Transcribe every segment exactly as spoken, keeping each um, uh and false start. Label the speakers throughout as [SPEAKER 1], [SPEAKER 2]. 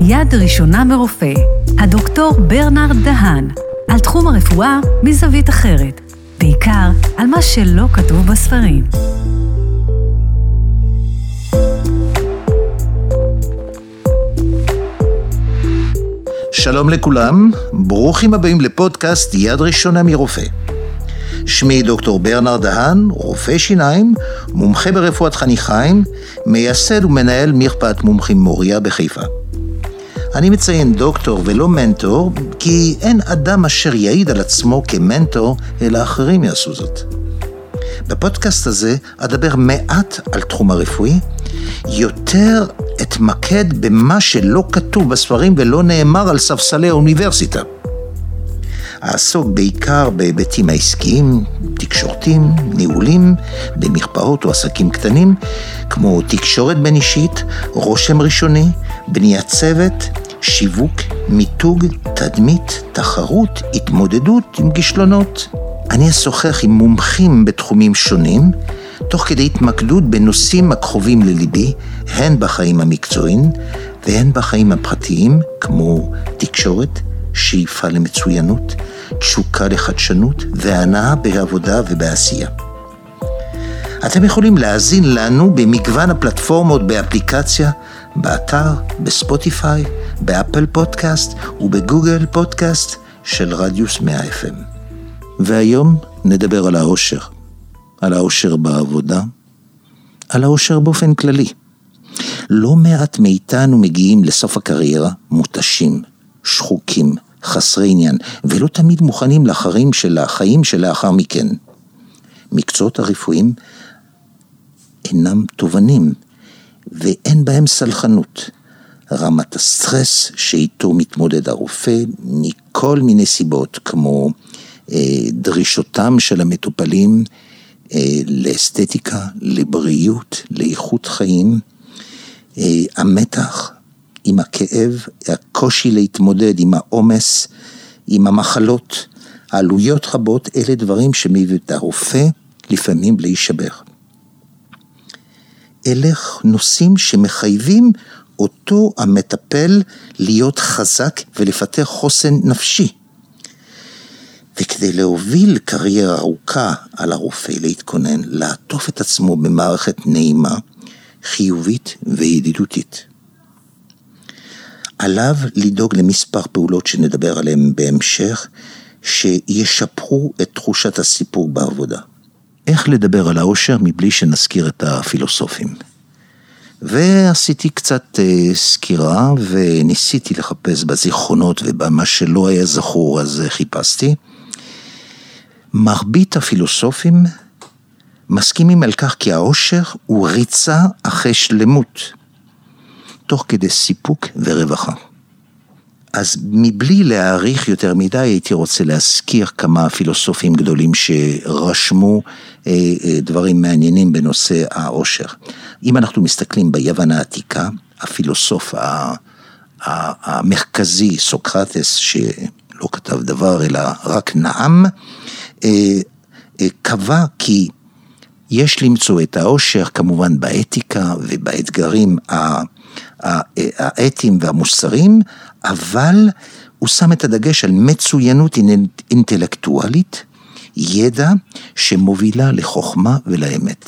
[SPEAKER 1] יד ראשונה מרופא, הדוקטור ברנרד דהן, על תחום הרפואה מזווית אחרת, בעיקר על מה שלא כתוב בספרים.
[SPEAKER 2] שלום לכולם, ברוכים הבאים לפודקאסט יד ראשונה מרופא. שמי דוקטור ברנרד דהן, רופא שיניים, מומחה ברפואת חניכיים, מייסד ומנהל מרפאת מומחים מוריה בחיפה. אני מציין דוקטור ולא מנטור, כי אין אדם אשר יעיד על עצמו כמנטור, אלא אחרים יעשו זאת. בפודקאסט הזה אדבר מעט על תחום הרפואי, יותר אתמקד במה שלא כתוב בספרים ולא נאמר על ספסלי האוניברסיטה. אעסוק בעיקר בהיבטים העסקיים, תקשורתיים, ניהולים, במרפאות או עסקים קטנים, כמו תקשורת בין אישית, רושם ראשוני, בניית צוות, שיווק, מיתוג, תדמית, תחרות, התמודדות עם כישלונות. אני אשוחח עם מומחים בתחומים שונים, תוך כדי התמקדות בנושאים הקרובים לליבי, הן בחיים המקצועיים והן בחיים הפרטיים, כמו תקשורת, שאיפה למצוינות, תשוקה לחדשנות והנאה בעבודה ובעשייה. אתם יכולים להאזין לנו במגוון הפלטפורמות באפליקציה, באתר, בספוטיפיי, באפל פודקאסט ובגוגל פודקאסט של רדיוס מאה אף אם. והיום נדבר על האושר, על האושר בעבודה, על האושר באופן כללי. לא מעט מאיתנו מגיעים לסוף הקריירה מותשים, שחוקים, חסרי עניין, ולא תמיד מוכנים לאחרים של החיים שלאחר מכן. מקצועות הרפואיים אינם תובנים, ואין בהם סלחנות. רמת הסטרס שאיתו מתמודד הרופא מכל מיני סיבות, כמו אה, דרישותם של המטופלים אה, לאסתטיקה, לבריאות, לאיכות חיים, אה, המתח עם הכאב, הקושי להתמודד עם העומס, עם המחלות, העלויות רבות, אלה דברים שמביאים את הרופא לפעמים להישבר. אלה נושאים שמחייבים אותו המטפל להיות חזק ולפתח חוסן נפשי. וכדי להוביל קריירה ארוכה על הרופא להתכונן, לעטוף את עצמו במערכת נעימה, חיובית וידידותית. עליו לדאוג למספר פעולות שנדבר עליהן בהמשך, שישפרו את תחושת הסיפור בעבודה. איך לדבר על האושר מבלי שנזכיר את הפילוסופים? ועשיתי קצת uh, סקירה וניסיתי לחפש בזיכרונות ובמה שלא היה זכור, אז חיפשתי. מרבית הפילוסופים מסכימים על כך כי האושר הוא ריצה אחרי שלמות, תוך כדי סיפוק ורווחה. אז מבלי להעריך יותר מדי, הייתי רוצה להזכיר כמה פילוסופים גדולים שרשמו אה, אה, דברים מעניינים בנושא האושר. אם אנחנו מסתכלים ביוון העתיקה, הפילוסוף ה, ה, המרכזי, סוקרטס, שלא כתב דבר אלא רק נעם, אה, אה, קבע כי יש למצוא את האושר כמובן באתיקה ובאתגרים ה... האתיים והמוסריים, אבל הוא שם את הדגש על מצוינות אינטלקטואלית, ידע שמובילה לחוכמה ולאמת.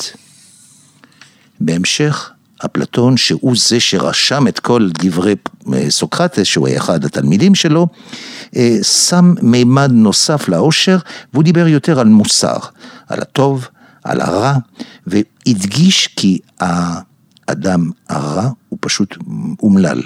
[SPEAKER 2] בהמשך, אפלטון, שהוא זה שרשם את כל דברי סוקרטס, שהוא היה אחד התלמידים שלו, שם מימד נוסף לאושר, והוא דיבר יותר על מוסר, על הטוב, על הרע, והדגיש כי ה... אדם הרע הוא פשוט אומלל.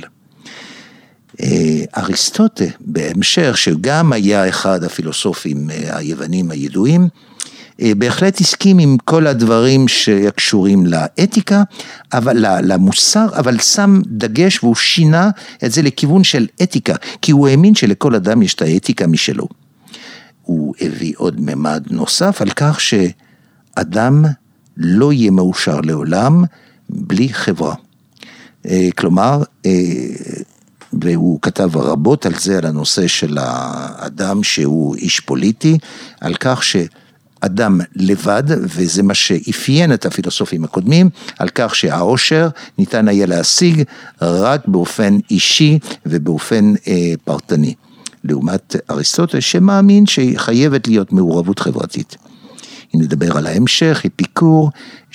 [SPEAKER 2] אריסטוטה בהמשך, שגם היה אחד הפילוסופים היוונים הידועים, בהחלט הסכים עם כל הדברים שקשורים לאתיקה, אבל למוסר, אבל שם דגש והוא שינה את זה לכיוון של אתיקה, כי הוא האמין שלכל אדם יש את האתיקה משלו. הוא הביא עוד ממד נוסף על כך שאדם לא יהיה מאושר לעולם, בלי חברה. כלומר, והוא כתב רבות על זה, על הנושא של האדם שהוא איש פוליטי, על כך אדם לבד, וזה מה שאפיין את הפילוסופים הקודמים, על כך שהעושר ניתן היה להשיג רק באופן אישי ובאופן אה, פרטני. לעומת אריסטוטל שמאמין שחייבת להיות מעורבות חברתית. אם נדבר על ההמשך, אפיקור,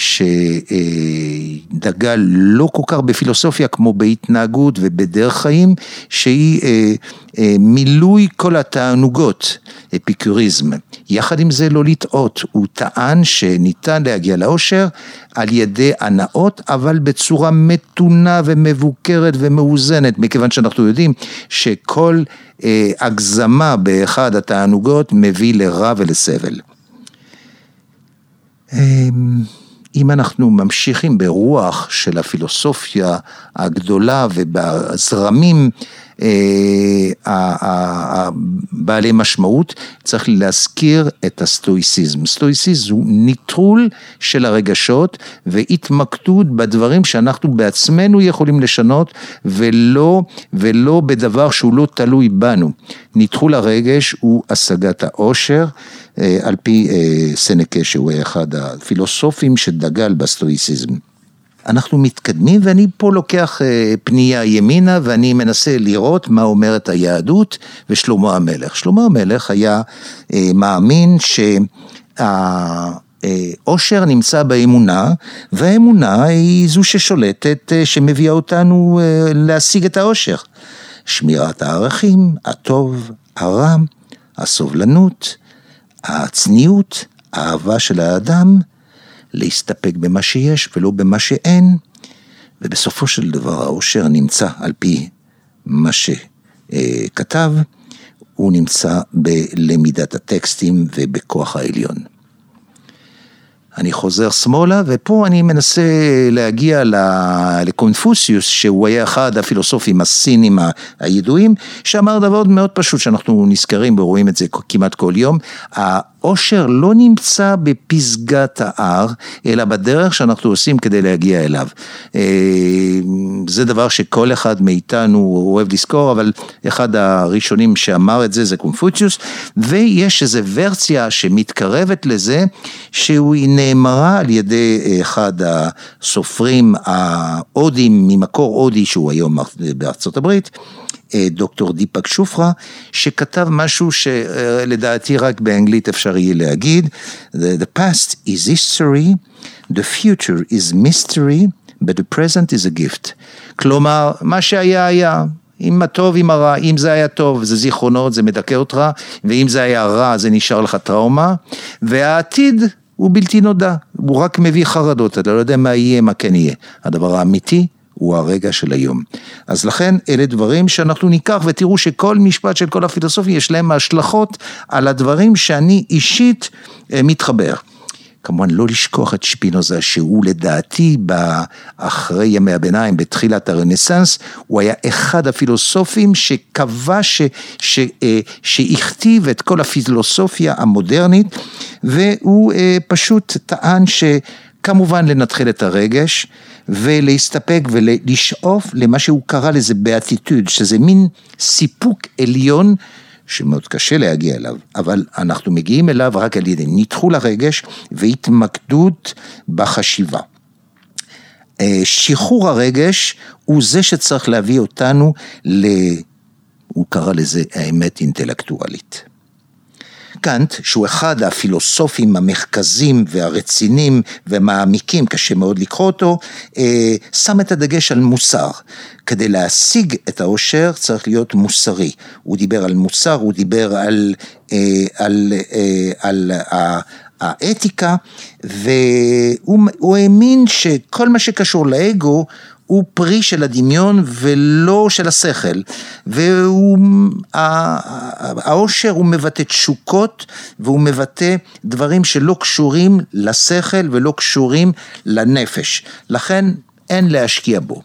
[SPEAKER 2] שדגל לא כל כך בפילוסופיה כמו בהתנהגות ובדרך חיים, שהיא מילוי כל התענוגות, אפיקוריזם. יחד עם זה לא לטעות, הוא טען שניתן להגיע לאושר על ידי הנאות, אבל בצורה מתונה ומבוקרת ומאוזנת, מכיוון שאנחנו יודעים שכל הגזמה באחד התענוגות מביא לרע ולסבל. אם אנחנו ממשיכים ברוח של הפילוסופיה הגדולה ובזרמים בעלי משמעות, צריך להזכיר את הסטואיסיזם. סטואיסיזם הוא ניטרול של הרגשות והתמקדות בדברים שאנחנו בעצמנו יכולים לשנות, ולא, ולא בדבר שהוא לא תלוי בנו. ניטרול הרגש הוא השגת העושר, על פי סנקה שהוא אחד הפילוסופים שדגל בסטואיסיזם. אנחנו מתקדמים, ואני פה לוקח פנייה ימינה, ואני מנסה לראות מה אומרת היהדות ושלמה המלך. שלמה המלך היה מאמין שהאושר נמצא באמונה, והאמונה היא זו ששולטת, שמביאה אותנו להשיג את האושר. שמירת הערכים, הטוב, הרע, הסובלנות, הצניעות, האהבה של האדם, להסתפק במה שיש ולא במה שאין, ובסופו של דבר האושר נמצא על פי מה שכתב, הוא נמצא בלמידת הטקסטים ובכוח העליון. אני חוזר שמאלה, ופה אני מנסה להגיע לקונפוציוס, שהוא היה אחד הפילוסופים הסינים הידועים, שאמר דבר מאוד פשוט, שאנחנו נזכרים ורואים את זה כמעט כל יום, העושר לא נמצא בפסגת ההר, אלא בדרך שאנחנו עושים כדי להגיע אליו. זה דבר שכל אחד מאיתנו אוהב לזכור, אבל אחד הראשונים שאמר את זה זה קונפוציוס, ויש איזו ורציה שמתקרבת לזה, שהוא נאמרה על ידי אחד הסופרים ההודים, ממקור הודי שהוא היום בארצות הברית, דוקטור דיפק שופרה, שכתב משהו שלדעתי רק באנגלית אפשר יהיה להגיד, The past is history, the future is mystery, but the present is a gift. כלומר, מה שהיה היה, אם הטוב, אם הרע, אם זה היה טוב, זה זיכרונות, זה מדכא אותך, ואם זה היה רע, זה נשאר לך טראומה, והעתיד הוא בלתי נודע, הוא רק מביא חרדות, אתה לא יודע מה יהיה, מה כן יהיה. הדבר האמיתי הוא הרגע של היום. אז לכן אלה דברים שאנחנו ניקח, ותראו שכל משפט של כל הפילוסופיה יש להם השלכות על הדברים שאני אישית מתחבר. כמובן לא לשכוח את שפינוזה, שהוא לדעתי אחרי ימי הביניים, בתחילת הרנסנס, הוא היה אחד הפילוסופים שקבע, ש, ש, שהכתיב את כל הפילוסופיה המודרנית, והוא פשוט טען שכמובן לנתחיל את הרגש, ולהסתפק ולשאוף למה שהוא קרא לזה באטיטוד, שזה מין סיפוק עליון, שמאוד קשה להגיע אליו, אבל אנחנו מגיעים אליו רק על ידי ניתחול הרגש והתמקדות בחשיבה. שחרור הרגש הוא זה שצריך להביא אותנו, ל... הוא קרא לזה האמת אינטלקטואלית. קאנט, שהוא אחד הפילוסופים המחקזים והרצינים ומעמיקים, קשה מאוד לקרוא אותו, שם את הדגש על מוסר. כדי להשיג את האושר צריך להיות מוסרי. הוא דיבר על מוסר, הוא דיבר על, על, על, על האתיקה, והוא האמין שכל מה שקשור לאגו, הוא פרי של הדמיון ולא של השכל, והאושר הוא מבטא תשוקות, והוא מבטא דברים שלא קשורים לשכל ולא קשורים לנפש, לכן אין להשקיע בו.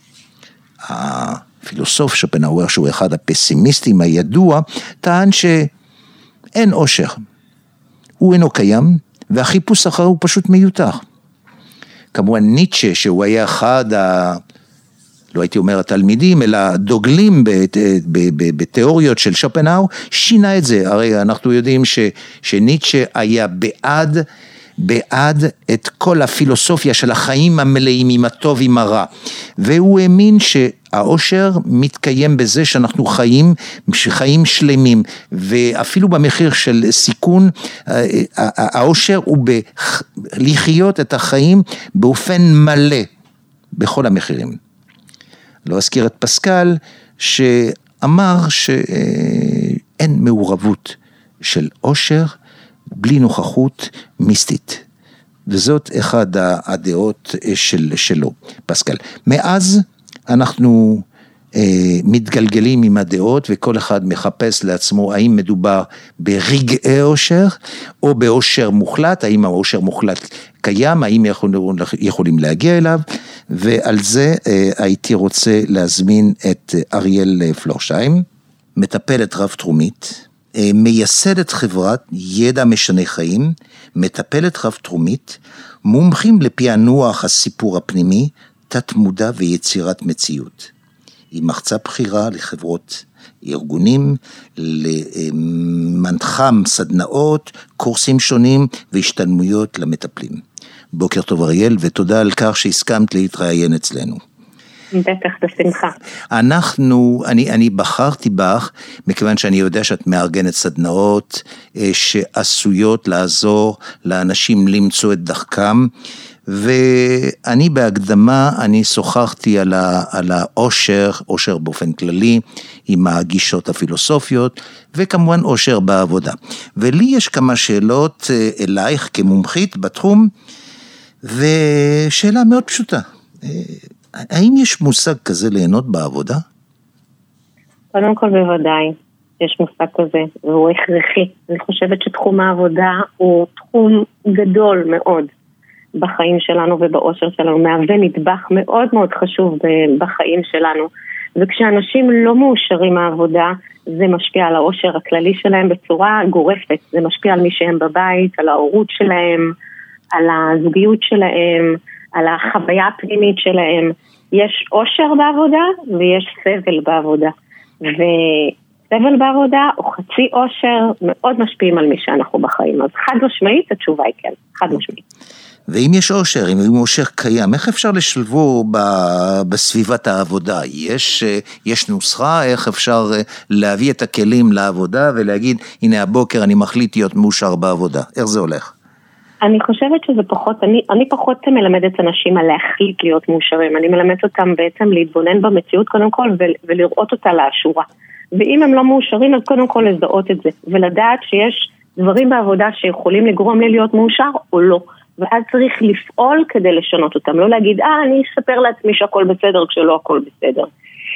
[SPEAKER 2] הפילוסוף שופנהאואר, שהוא אחד הפסימיסטים הידוע, טען שאין אושר, הוא אינו קיים, והחיפוש אחר הוא פשוט מיותר. כמובן ניטשה, שהוא היה אחד לא הייתי אומר התלמידים, אלא דוגלים בתיאוריות של שופנהאואר, שינה את זה. הרי אנחנו יודעים ש, שניטשה היה בעד, בעד את כל הפילוסופיה של החיים המלאים עם הטוב עם הרע, והוא האמין שהאושר מתקיים בזה שאנחנו חיים, חיים שלמים, ואפילו במחיר של סיכון, האושר הוא לחיות את החיים באופן מלא, בכל המחירים. לא אזכיר את פסקל, שאמר שאין מעורבות של אושר, בלי נוכחות מיסטית, וזאת אחד הדעות של, שלו, פסקל. מאז אנחנו אה, מתגלגלים עם הדעות, וכל אחד מחפש לעצמו האם מדובר ברגעי אושר, או באושר מוחלט, האם האושר מוחלט קיים, האם יכולים, יכולים להגיע אליו, ועל זה אה, הייתי רוצה להזמין את אריאל פלורשהיים, מטפלת רב תחומית, מייסדת חברת ידע משנה חיים, מטפלת רב תחומית, מומחים לפענוח הסיפור הפנימי, תת מודע ויצירת מציאות. היא מחצה בחירה לחברות ארגונים, למנחם סדנאות, קורסים שונים והשתלמויות למטפלים. בוקר טוב אריאל, ותודה על כך שהסכמת להתראיין אצלנו.
[SPEAKER 3] בטח, בשמחה.
[SPEAKER 2] אנחנו, אני, אני בחרתי בך, מכיוון שאני יודע שאת מארגנת סדנאות שעשויות לעזור לאנשים למצוא את דרכם, ואני בהקדמה, אני שוחחתי על, ה, על האושר, אושר באופן כללי, עם הגישות הפילוסופיות, וכמובן אושר בעבודה. ולי יש כמה שאלות אלייך כמומחית בתחום, ושאלה מאוד פשוטה. האם יש מושג כזה ליהנות בעבודה?
[SPEAKER 3] קודם כל בוודאי, יש מושג כזה, והוא הכרחי. אני חושבת שתחום העבודה הוא תחום גדול מאוד בחיים שלנו ובאושר שלנו, מהווה נדבך מאוד מאוד חשוב בחיים שלנו, וכשאנשים לא מאושרים מהעבודה, זה משפיע על האושר הכללי שלהם בצורה גורפת, זה משפיע על מי שהם בבית, על ההורות שלהם, על הזוגיות שלהם, על החוויה הפנימית שלהם. יש אושר בעבודה ויש סבל בעבודה, וסבל בעבודה או חצי אושר מאוד משפיעים על מי שאנחנו בחיים. אז חד משמעית התשובה היא כן, חד משמעית.
[SPEAKER 2] ואם יש אושר, אם אושר קיים, איך אפשר לשלבו בסביבת העבודה? יש, יש נוסחה, איך אפשר להביא את הכלים לעבודה ולהגיד, הנה הבוקר אני מחליט להיות מאושר בעבודה. איך זה הולך?
[SPEAKER 3] אני חושבת שזה פחות, אני, אני פחות מלמדת אנשים על להחליט להיות מאושרים, אני מלמדת אותם בעצם להתבונן במציאות קודם כל ולראות אותה לאשורה. ואם הם לא מאושרים, אז קודם כל לזהות את זה, ולדעת שיש דברים בעבודה שיכולים לגרום לי להיות מאושר או לא. ואז צריך לפעול כדי לשנות אותם, לא להגיד, אה, אני אספר לעצמי שהכל בסדר כשלא הכל בסדר.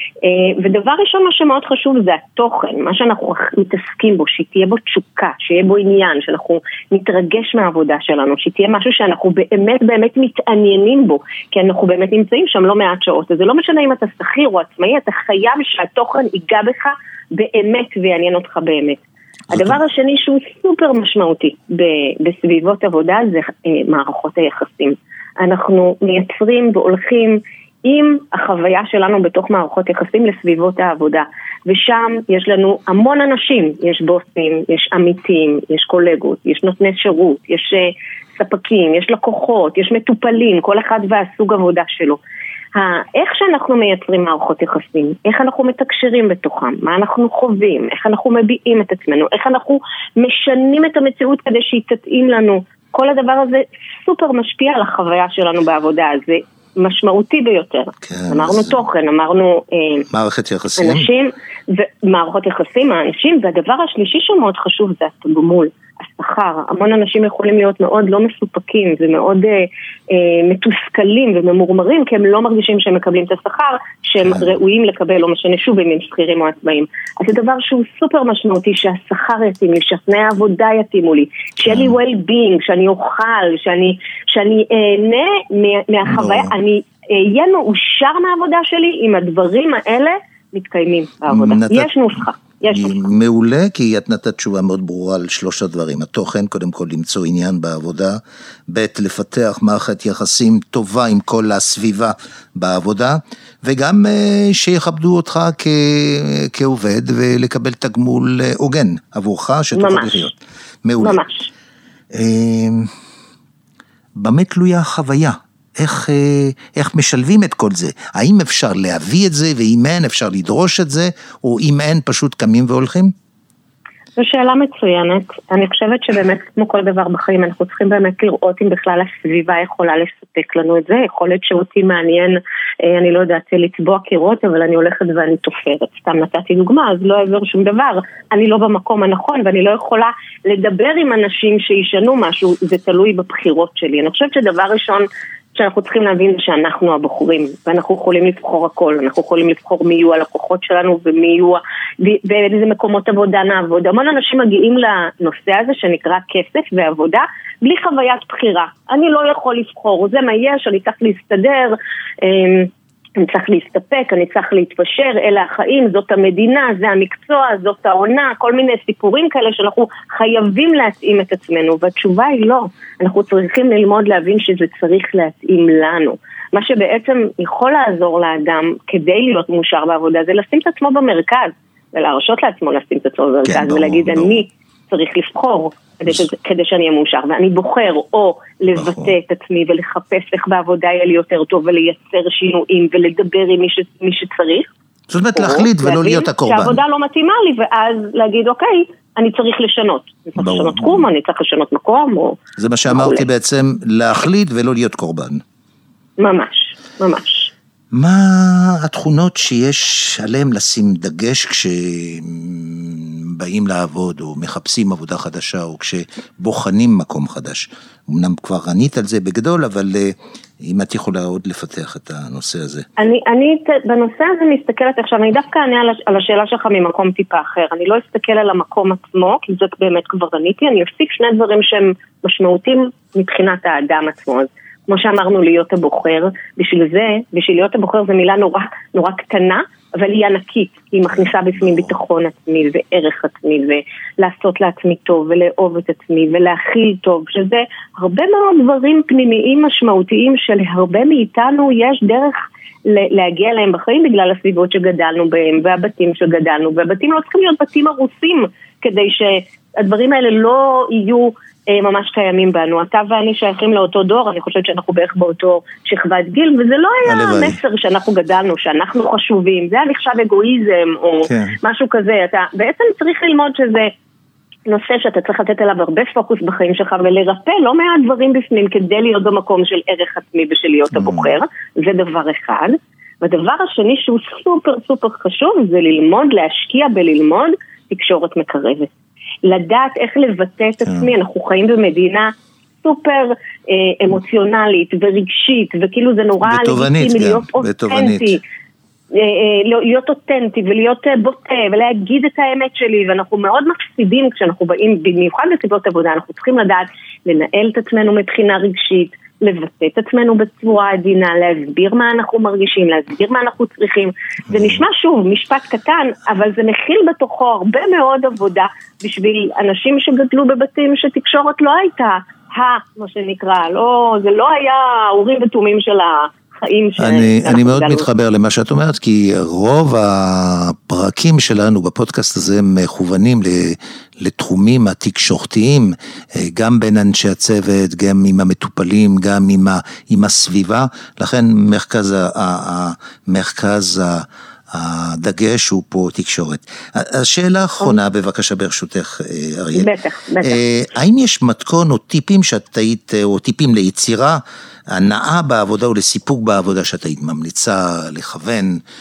[SPEAKER 3] ודבר ראשון, מה שמאוד חשוב זה התוכן, מה שאנחנו מתעסקים בו, שתהיה בו תשוקה, שיהיה בו עניין, שאנחנו נתרגש מהעבודה שלנו, שתהיה משהו שאנחנו באמת באמת מתעניינים בו, כי אנחנו באמת נמצאים שם לא מעט שעות, אז זה לא משנה אם אתה שכיר או עצמאי, אתה חייב שהתוכן ייגע בך באמת ויעניין אותך באמת. הדבר השני שהוא סופר משמעותי בסביבות עבודה זה מערכות היחסים. אנחנו מייצרים והולכים עם החוויה שלנו בתוך מערכות יחסים לסביבות העבודה, ושם יש לנו המון אנשים, יש בוסים, יש עמיתים, יש קולגות, יש נותני שירות, יש ספקים, יש לקוחות, יש מטופלים, כל אחד והסוג עבודה שלו. איך שאנחנו מייצרים מערכות יחסים, איך אנחנו מתקשרים בתוכם, מה אנחנו חווים, איך אנחנו מביעים את עצמנו, איך אנחנו משנים את המציאות כדי שהיא תתאים לנו, כל הדבר הזה סופר משפיע על החוויה שלנו בעבודה, זה משמעותי ביותר. כן, אמרנו זה... תוכן, אמרנו
[SPEAKER 2] מערכת יחסים.
[SPEAKER 3] אנשים, ומערכות יחסים, האנשים, והדבר השלישי שמאוד חשוב זה התגמול, השכר. המון אנשים יכולים להיות מאוד לא מסופקים ומאוד אה, אה, מתוסכלים וממורמרים, כי הם לא מרגישים שהם מקבלים את השכר שהם כן. ראויים לקבל, לא משנה שוב אם הם שכירים או עצמאים. אז זה דבר שהוא סופר משמעותי, שהשכר יתאים לי, שתנאי העבודה יתאימו לי, כן. שיהיה לי well-being, שאני אוכל, שאני, שאני אהנה מהחוויה, no. אני אהיה מאושר מהעבודה שלי אם הדברים האלה מתקיימים בעבודה. נת... יש נוסחה. יש
[SPEAKER 2] מעולה, כי את נתת תשובה מאוד ברורה על שלושה דברים. התוכן, קודם כל למצוא עניין בעבודה, ב' לפתח מערכת יחסים טובה עם כל הסביבה בעבודה, וגם שיכבדו אותך כ... כעובד, ולקבל תגמול הוגן עבורך שתוכל לחיות. מעולה.
[SPEAKER 3] ממש.
[SPEAKER 2] במה תלויה החוויה? איך, איך משלבים את כל זה? האם אפשר להביא את זה, ואם אין אפשר לדרוש את זה, או אם אין פשוט קמים והולכים?
[SPEAKER 3] זו שאלה מצוינת. אני חושבת שבאמת, כמו כל דבר בחיים, אנחנו צריכים באמת לראות אם בכלל הסביבה יכולה לספק לנו את זה. יכול להיות שאותי מעניין, אני לא יודעת, לצבוע קירות, אבל אני הולכת ואני תופרת. סתם נתתי דוגמה, אז לא יעזור שום דבר. אני לא במקום הנכון, ואני לא יכולה לדבר עם אנשים שישנו משהו. זה תלוי בבחירות שלי. אני חושבת שדבר ראשון, שאנחנו צריכים להבין שאנחנו הבוחרים, ואנחנו יכולים לבחור הכל, אנחנו יכולים לבחור מי יהיו הלקוחות שלנו, ומי יהיו, באיזה מקומות עבודה נעבוד. המון אנשים מגיעים לנושא הזה שנקרא כסף ועבודה, בלי חוויית בחירה. אני לא יכול לבחור, זה מה יש, אני צריך להסתדר, אני צריך להסתפק, אני צריך להתפשר, אלה החיים, זאת המדינה, זה המקצוע, זאת העונה, כל מיני סיפורים כאלה שאנחנו חייבים להתאים את עצמנו, והתשובה היא לא. אנחנו צריכים ללמוד להבין שזה צריך להתאים לנו. מה שבעצם יכול לעזור לאדם כדי להיות מאושר בעבודה, זה לשים את עצמו במרכז, ולהרשות לעצמו לשים את עצמו במרכז, כן, ולהגיד ברור, אני ברור. צריך לבחור כדי, ש... כדי שאני אהיה מאושר, ואני בוחר או לבטא ברור. את עצמי ולחפש איך בעבודה יהיה לי יותר טוב ולייצר שינויים ולדבר עם מי, ש... מי שצריך.
[SPEAKER 2] זאת אומרת להחליט ולא להיות הקורבן.
[SPEAKER 3] שהעבודה לא מתאימה לי, ואז להגיד אוקיי, אני צריך לשנות. אני צריך ברור. לשנות תחום, אני צריך לשנות מקום. או...
[SPEAKER 2] זה מה שאמרתי בעצם, להחליט ולא להיות קורבן.
[SPEAKER 3] ממש, ממש.
[SPEAKER 2] מה התכונות שיש עליהם לשים דגש כשבאים לעבוד או מחפשים עבודה חדשה או כשבוחנים מקום חדש? אמנם כבר ענית על זה בגדול, אבל אם את יכולה עוד לפתח את הנושא הזה.
[SPEAKER 3] אני, אני בנושא הזה מסתכלת עכשיו, אני דווקא ענה על השאלה שלך ממקום טיפה אחר. אני לא אסתכל על המקום עצמו, כי זה באמת כבר עניתי, אני אוסיף שני דברים שהם משמעותיים מבחינת האדם עצמו. אז כמו שאמרנו, להיות הבוחר, בשביל זה, בשביל להיות הבוחר זו מילה נורא, נורא קטנה, אבל היא ענקית, היא מכניסה בפנים ביטחון עצמי וערך עצמי, ולעשות לעצמי טוב, ולאהוב את עצמי, ולהכיל טוב, שזה הרבה מאוד דברים פנימיים משמעותיים, שלהרבה מאיתנו יש דרך להגיע אליהם בחיים, בגלל הסביבות שגדלנו בהם, והבתים שגדלנו, והבתים לא צריכים להיות בתים הרוסים, כדי שהדברים האלה לא יהיו ממש קיימים בנו. אתה ואני שייכים לאותו דור, אני חושבת שאנחנו בערך באותו שכבת גיל, וזה לא היה מסר שאנחנו גדלנו, שאנחנו חשובים, זה היה נחשב אגואיזם או כן. משהו כזה. אתה בעצם צריך ללמוד שזה נושא שאתה צריך לתת אליו הרבה פוקוס בחיים שלך, ולרפא לא מעט דברים בפנים כדי להיות במקום של ערך עצמי ושל להיות mm. הבוחר. זה דבר אחד. והדבר השני שהוא סופר סופר חשוב, זה ללמוד, להשקיע בללמוד תקשורת מקרבת. לדעת איך לבטא את עצמי, אנחנו חיים במדינה סופר אה, אמוציונלית ורגשית, וכאילו זה נורא לגיטימי להיות אותנטי, אה, אה, להיות אותנטי ולהיות אה, בוטה ולהגיד את האמת שלי, ואנחנו מאוד מפסידים כשאנחנו באים, במיוחד בסביבות עבודה, אנחנו צריכים לדעת לנהל את עצמנו מבחינה רגשית, לבטא את עצמנו בצורה עדינה, להסביר מה אנחנו מרגישים, להסביר מה אנחנו צריכים. זה נשמע שוב משפט קטן, אבל זה מכיל בתוכו הרבה מאוד עבודה בשביל אנשים שגדלו בבתים שתקשורת לא הייתה, מה שנקרא, לא, זה לא היה אורים ותומים של החיים.
[SPEAKER 2] אני, אני מאוד מתחבר למה שאת אומרת, כי רוב הפרקים שלנו בפודקאסט הזה מכוונים לתחומים התקשורתיים, גם בין אנשי הצוות, גם עם המטופלים, גם עם, ה, עם הסביבה, לכן מרכז, המרכז הדגש הוא פה תקשורת. השאלה האחרונה, בבקשה ברשותך, אריאל.
[SPEAKER 3] בטח, בטח.
[SPEAKER 2] האם יש מתכון או טיפים שאת היית, או טיפים ליצירה, הנאה בעבודה או לסיפוק בעבודה שאת היית ממליצה לכוון,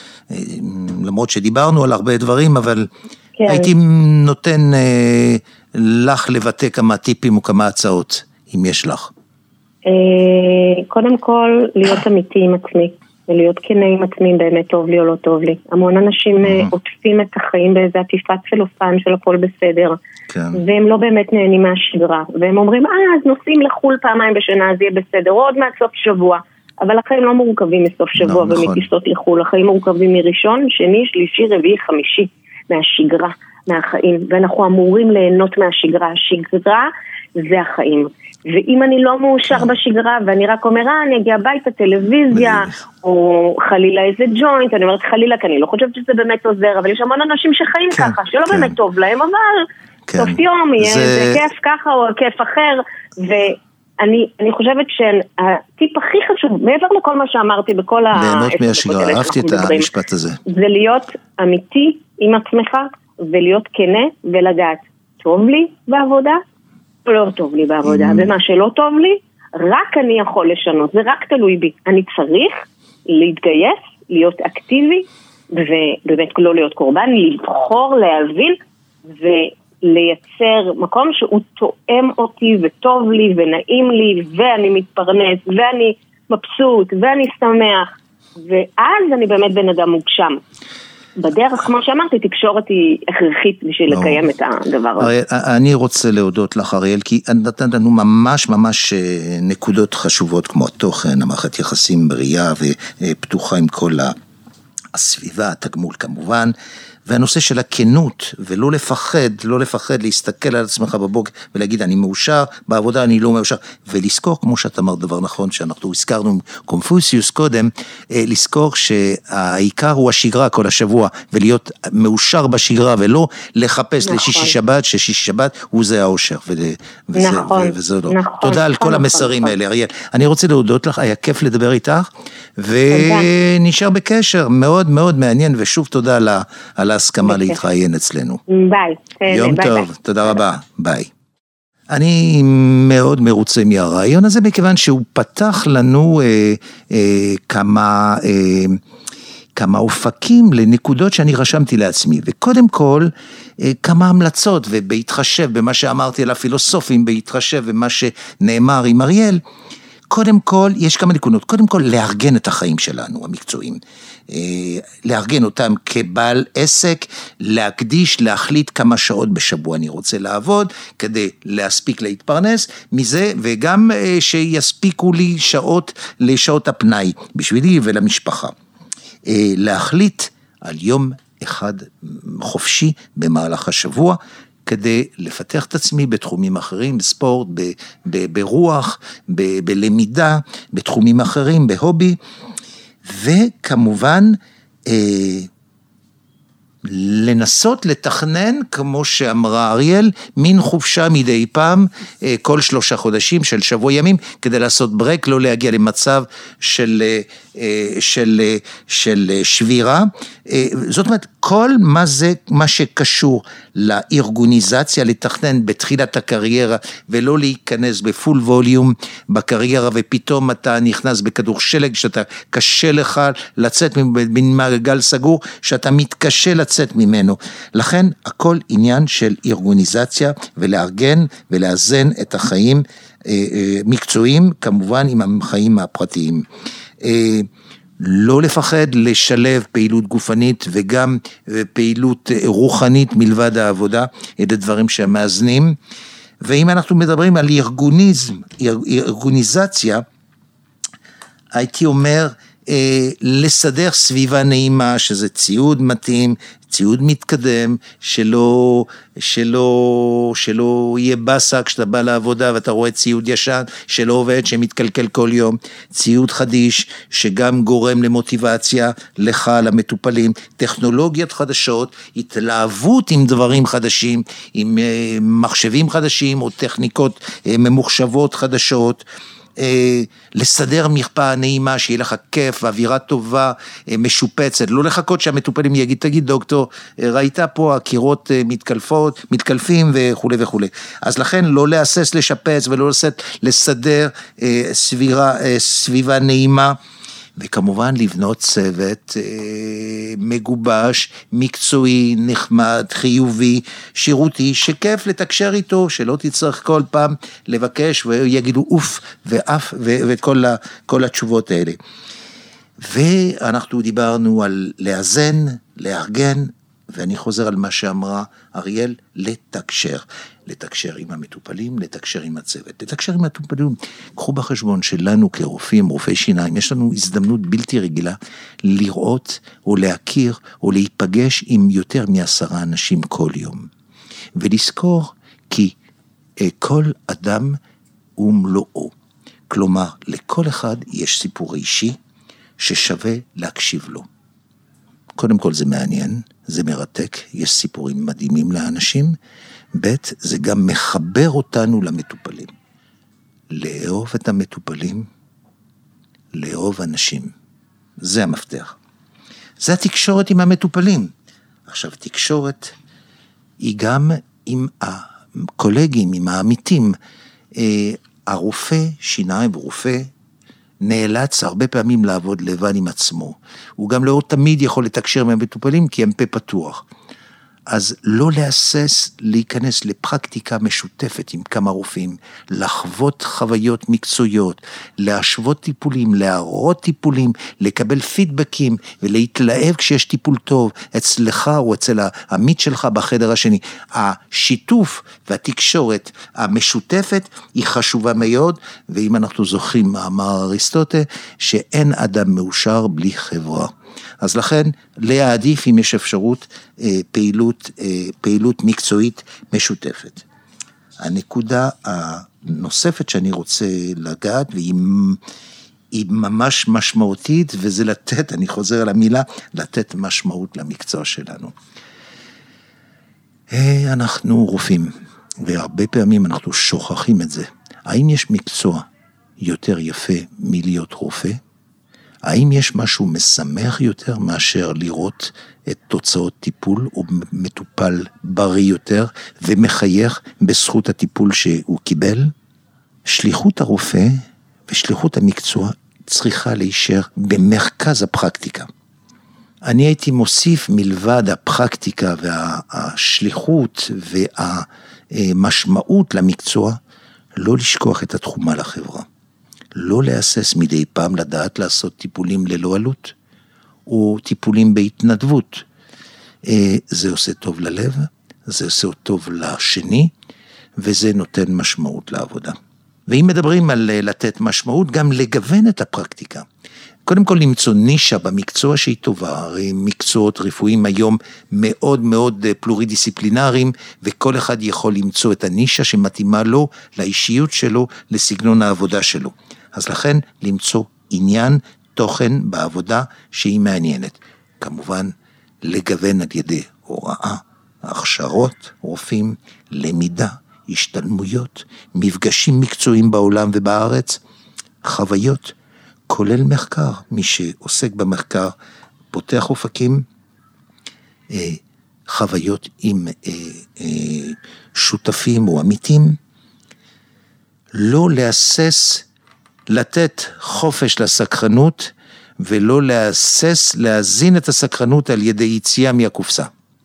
[SPEAKER 2] למרות שדיברנו על הרבה דברים, אבל כן. הייתי נותן אה, לך לבטא כמה טיפים או כמה הצעות, אם יש לך.
[SPEAKER 3] אה, קודם כל, להיות אמיתי עם עצמי, ולהיות כנה עם עצמי, באמת טוב לי או לא טוב לי. המון אנשים mm-hmm. עוטפים את החיים באיזה עטיפת צלופן של הכל בסדר, כן. והם לא באמת נהנים מהשגרה, והם אומרים, אה, אז נוסעים לחול פעמיים בשנה, אז יהיה בסדר, או עוד מהסוף שבוע, אבל החיים לא מורכבים מסוף שבוע לא, ומטיסות נכון. לחול, החיים מורכבים מראשון, שני, שלישי, רביעי, חמישי, מהשגרה. מהחיים, ואנחנו אמורים ליהנות מהשגרה. השגרה זה החיים. ואם אני לא מאושר בשגרה, ואני רק אומר, אה, אני אגיע הביתה, טלוויזיה, או חלילה איזה ג'וינט, אני אומרת חלילה, כי אני לא חושבת שזה באמת עוזר, אבל יש המון אנשים שחיים ככה, שלא באמת טוב להם, אבל סוף יום, יהיה איזה כיף ככה, או כיף אחר, ואני חושבת שהטיפ הכי חשוב, מעבר לכל מה שאמרתי, בכל ה...
[SPEAKER 2] ליהנות מהשגרה, אהבתי את המשפט הזה.
[SPEAKER 3] זה להיות אמיתי עם עצמך, ולהיות כנה, ולדעת, טוב לי בעבודה, לא טוב לי בעבודה, ומה שלא טוב לי, רק אני יכול לשנות, זה רק תלוי בי. אני צריך להתגייס, להיות אקטיבי, ובאמת לא להיות קורבן, לבחור, להבין, ולייצר מקום שהוא תואם אותי, וטוב לי, ונעים לי, ואני מתפרנס, ואני מבסוט, ואני שמח, ואז אני באמת בן אדם מוגשם. בדרך, כמו שאמרתי, תקשורת היא הכרחית בשביל לקיים את הדבר הזה.
[SPEAKER 2] אני רוצה להודות לך, אריאל, כי נתן לנו ממש ממש נקודות חשובות, כמו התוכן, המערכת יחסים בריאה ופתוחה עם כל הסביבה, התגמול כמובן, והנושא של הכנות, ולא לפחד, לא לפחד להסתכל על עצמך בבוקר, ולהגיד אני מאושר, בעבודה אני לא מאושר, ולזכור, כמו שאת אמרת דבר נכון, שאנחנו הזכרנו עם קונפוציוס קודם, לזכור שהעיקר הוא השגרה כל השבוע, ולהיות מאושר בשגרה, ולא לחפש נכון. לשישי שבת, ששישי שבת הוא זה האושר, וזה,
[SPEAKER 3] נכון,
[SPEAKER 2] וזה לא.
[SPEAKER 3] נכון,
[SPEAKER 2] תודה על כל
[SPEAKER 3] נכון,
[SPEAKER 2] המסרים
[SPEAKER 3] נכון.
[SPEAKER 2] האלה, אריאל. אני רוצה להודות לך, היה כיף לדבר איתך, ונשאר בקשר, מאוד מאוד מעניין, ושוב תודה על, על ההסכמה להתראיין אצלנו.
[SPEAKER 3] ביי.
[SPEAKER 2] יום
[SPEAKER 3] ביי,
[SPEAKER 2] טוב,
[SPEAKER 3] ביי.
[SPEAKER 2] תודה רבה, ביי. אני מאוד מרוצה מהרעיון הזה, מכיוון שהוא פתח לנו אה, אה, כמה, אה, כמה אופקים לנקודות שאני רשמתי לעצמי, וקודם כל, אה, כמה המלצות, ובהתחשב במה שאמרתי על הפילוסופים, בהתחשב במה שנאמר עם אריאל, קודם כל, יש כמה נקודות, קודם כל, לארגן את החיים שלנו, המקצועיים, לארגן אותם כבעל עסק, להקדיש, להחליט כמה שעות בשבוע אני רוצה לעבוד, כדי להספיק להתפרנס מזה, וגם שיספיקו לי שעות לשעות הפנאי, בשבילי ולמשפחה. להחליט על יום אחד חופשי במהלך השבוע, כדי לפתח את עצמי בתחומים אחרים, בספורט, ב, ב, ברוח, ב, בלמידה, בתחומים אחרים, בהובי, וכמובן, אה, לנסות לתכנן, כמו שאמרה אריאל, מין חופשה מדי פעם, אה, כל שלושה חודשים של שבוע ימים, כדי לעשות ברק, לא להגיע למצב של, אה, של, אה, של שבירה. אה, זאת אומרת, כל מה זה, מה שקשור לארגוניזציה, לתכנן בתחילת הקריירה, ולא להיכנס בפול ווליום בקריירה, ופתאום אתה נכנס בכדור שלג, שאתה קשה לך לצאת ממעגל סגור, שאתה מתקשה לצאת ממנו. לכן, הכל עניין של ארגוניזציה, ולארגן ולאזן את החיים מקצועיים, כמובן עם החיים הפרטיים. לא לפחד לשלב פעילות גופנית וגם פעילות רוחנית מלבד העבודה, את הדברים שמאזנים. ואם אנחנו מדברים על ארגוניזם, ארגוניזציה, הייתי אומר, לסדר סביבה נעימה, שזה ציוד מתאים, ציוד מתקדם, שלא, שלא, שלא יהיה בסה כשאתה בא לעבודה ואתה רואה ציוד ישן, שלא עובד, שמתקלקל כל יום, ציוד חדיש, שגם גורם למוטיבציה לך, למטופלים, טכנולוגיות חדשות, התלהבות עם דברים חדשים, עם מחשבים חדשים, או טכניקות ממוחשבות חדשות, לסדר מרפאה נעימה, שיהיה לך כיף, אווירה טובה, משופצת, לא לחכות שהמטופלים יגיד, תגיד דוקטור, ראית פה הקירות מתקלפות, מתקלפים וכו' וכו'. אז לכן לא להסס לשפץ ולא לסדר סבירה, סביבה נעימה, וכמובן לבנות צוות אה, מגובש, מקצועי, נחמד, חיובי, שירותי, שכיף לתקשר איתו, שלא תצטרך כל פעם לבקש ויגידו אוף ואף ו- וכל ה- כל התשובות האלה. ואנחנו דיברנו על לאזן, לארגן ואני חוזר על מה שאמרה אריאל, לתקשר. לתקשר עם המטופלים, לתקשר עם הצוות. לתקשר עם המטופלים, קחו בחשבון שלנו כרופאים, רופאי שיניים, יש לנו הזדמנות בלתי רגילה לראות או להכיר או להיפגש עם יותר מעשרה אנשים כל יום. ולזכור כי אה, כל אדם הוא מלואו. כלומר, לכל אחד יש סיפור אישי ששווה להקשיב לו. קודם כל זה מעניין, זה מרתק, יש סיפורים מדהימים לאנשים, ב' זה גם מחבר אותנו למטופלים. לאהוב את המטופלים, לאהוב אנשים. זה המפתח. זה התקשורת עם המטופלים. עכשיו, תקשורת היא גם עם הקולגים, עם העמיתים. הרופא שיניים ורופא נאלץ הרבה פעמים לעבוד לבד עם עצמו. הוא גם לא תמיד יכול לתקשר עם המטופלים כי הם פה פתוח. אז לא להסס להיכנס לפרקטיקה משותפת עם כמה רופאים, לחוות חוויות מקצועיות, להשוות טיפולים, להראות טיפולים, לקבל פידבקים ולהתלהב כשיש טיפול טוב אצלך או אצל העמית שלך בחדר השני. השיתוף והתקשורת המשותפת היא חשובה מאוד, ואם אנחנו זוכרים מאמר אריסטוטל, שאין אדם מאושר בלי חברה. אז לכן להעדיף אם יש אפשרות פעילות, פעילות מקצועית משותפת. הנקודה הנוספת שאני רוצה לגעת, והיא היא ממש משמעותית, וזה לתת, אני חוזר על המילה, לתת משמעות למקצוע שלנו. אנחנו רופאים, והרבה פעמים אנחנו שוכחים את זה. האם יש מקצוע יותר יפה מלהיות רופא? האם יש משהו משמח יותר מאשר לראות את תוצאות טיפול, או מטופל בריא יותר, ומחייך בזכות הטיפול שהוא קיבל? שליחות הרופא ושליחות המקצוע צריכה להישאר במרכז הפרקטיקה. אני הייתי מוסיף מלבד הפרקטיקה והשליחות והמשמעות למקצוע, לא לשכוח את התחומה לחברה. לא להסס מדי פעם לדעת לעשות טיפולים ללא עלות, או טיפולים בהתנדבות. זה עושה טוב ללב, זה עושה טוב לשני, וזה נותן משמעות לעבודה. ואם מדברים על לתת משמעות, גם לגוון את הפרקטיקה. קודם כל למצוא נישה במקצוע שהיא טובה, הרי מקצועות רפואיים היום מאוד מאוד פלורידיסציפלינריים, וכל אחד יכול למצוא את הנישה שמתאימה לו, לאישיות שלו, לסגנון העבודה שלו. אז לכן למצוא עניין, תוכן בעבודה שהיא מעניינת. כמובן לגוון על ידי הוראה, הכשרות, רופאים, למידה, השתלמויות, מפגשים מקצועיים בעולם ובארץ, חוויות, כולל מחקר. מי שעוסק במחקר פותח אופקים, חוויות עם שותפים או עמיתים, לא להסס לתת חופש לסקרנות, ולא להסס להזין את הסקרנות על ידי יציאה מהקופסה.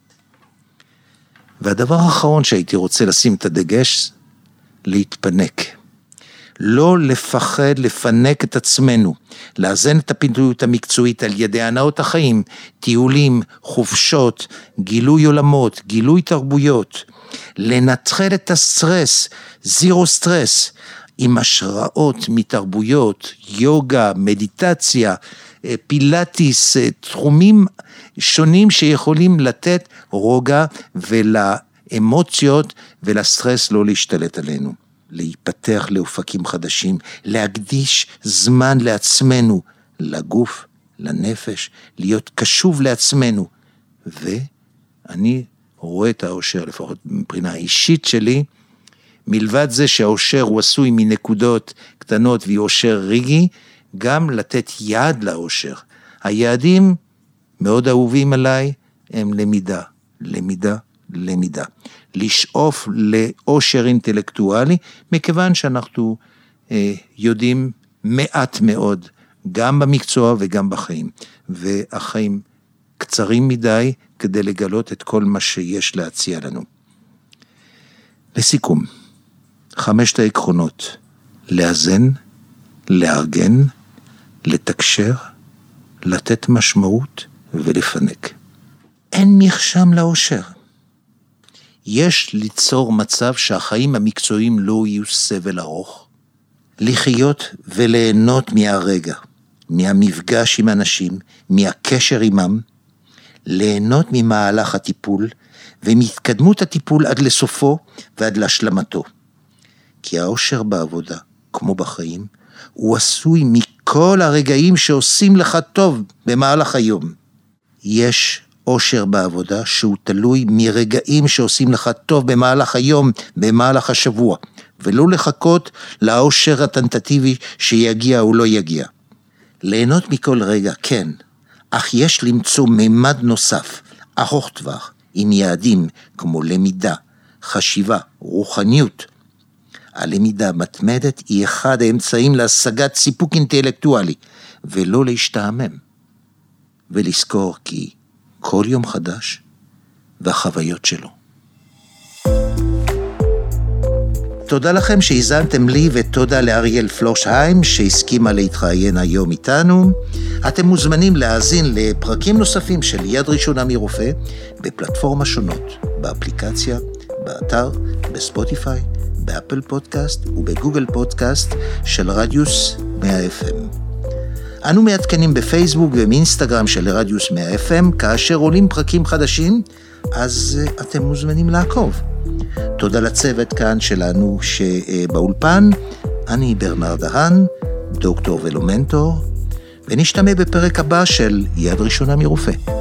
[SPEAKER 2] והדבר האחרון שהייתי רוצה לשים את הדגש, להתפנק. לא לפחד לפנק את עצמנו, לאזן את הפעילות המקצועית על ידי הנאות החיים, טיולים, חופשות, גילוי עולמות, גילוי תרבויות, לנטרל את הסטרס, זירו סטרס, עם השראות מתרבויות, יוגה, מדיטציה, פילאטיס, תחומים שונים שיכולים לתת רוגע ולאמוציות ולסטרס לא להשתלט עלינו. להיפתח לאופקים חדשים, להקדיש זמן לעצמנו, לגוף, לנפש, להיות קשוב לעצמנו. ואני רואה את האושר, לפחות מבחינה אישית שלי, מלבד זה שהאושר הוא עשוי מנקודות קטנות והיא אושר רגעי, גם לתת יד לאושר. היעדים מאוד אהובים עליי הם למידה, למידה, למידה. לשאוף לאושר אינטלקטואלי, מכיוון שאנחנו אה, יודעים מעט מאוד, גם במקצוע וגם בחיים. והחיים קצרים מדי כדי לגלות את כל מה שיש להציע לנו. לסיכום, חמשת העקרונות, לאזן, לארגן, לתקשר, לתת משמעות ולפנק. אין מרשם לאושר. יש ליצור מצב שהחיים המקצועיים לא יהיו סבל ארוך. לחיות וליהנות מהרגע, מהמפגש עם אנשים, מהקשר עמם, ליהנות ממהלך הטיפול ומתקדמות הטיפול עד לסופו ועד להשלמתו. כי האושר בעבודה, כמו בחיים, הוא עשוי מכל הרגעים שעושים לך טוב במהלך היום. יש אושר בעבודה שהוא תלוי מרגעים שעושים לך טוב במהלך היום, במהלך השבוע, ולא לחכות לאושר הטנטטיבי שיגיע או לא יגיע. ליהנות מכל רגע, כן, אך יש למצוא ממד נוסף, ארוך טווח, עם יעדים כמו למידה, חשיבה, רוחניות. הלמידה המתמדת היא אחד האמצעים להשגת סיפוק אינטלקטואלי, ולא להשתעמם. ולזכור כי כל יום חדש והחוויות שלו. תודה לכם שהזנתם לי, ותודה לאריאל פלושהיים שהסכימה להתראיין היום איתנו. אתם מוזמנים להאזין לפרקים נוספים של יד ראשונה מרופא בפלטפורמה שונות, באפליקציה, באתר, בספוטיפיי, באפל פודקאסט ובגוגל פודקאסט של רדיוס מאה אף אם. אנו מעדכנים בפייסבוק ובאינסטגרם של רדיוס מאה אף אם, כאשר עולים פרקים חדשים, אז אתם מוזמנים לעקוב. תודה לצוות כאן שלנו שבאולפן, אני ברנרד דהן, דוקטור ולומנטור, ונשתמע בפרק הבא של יד ראשונה מרופא.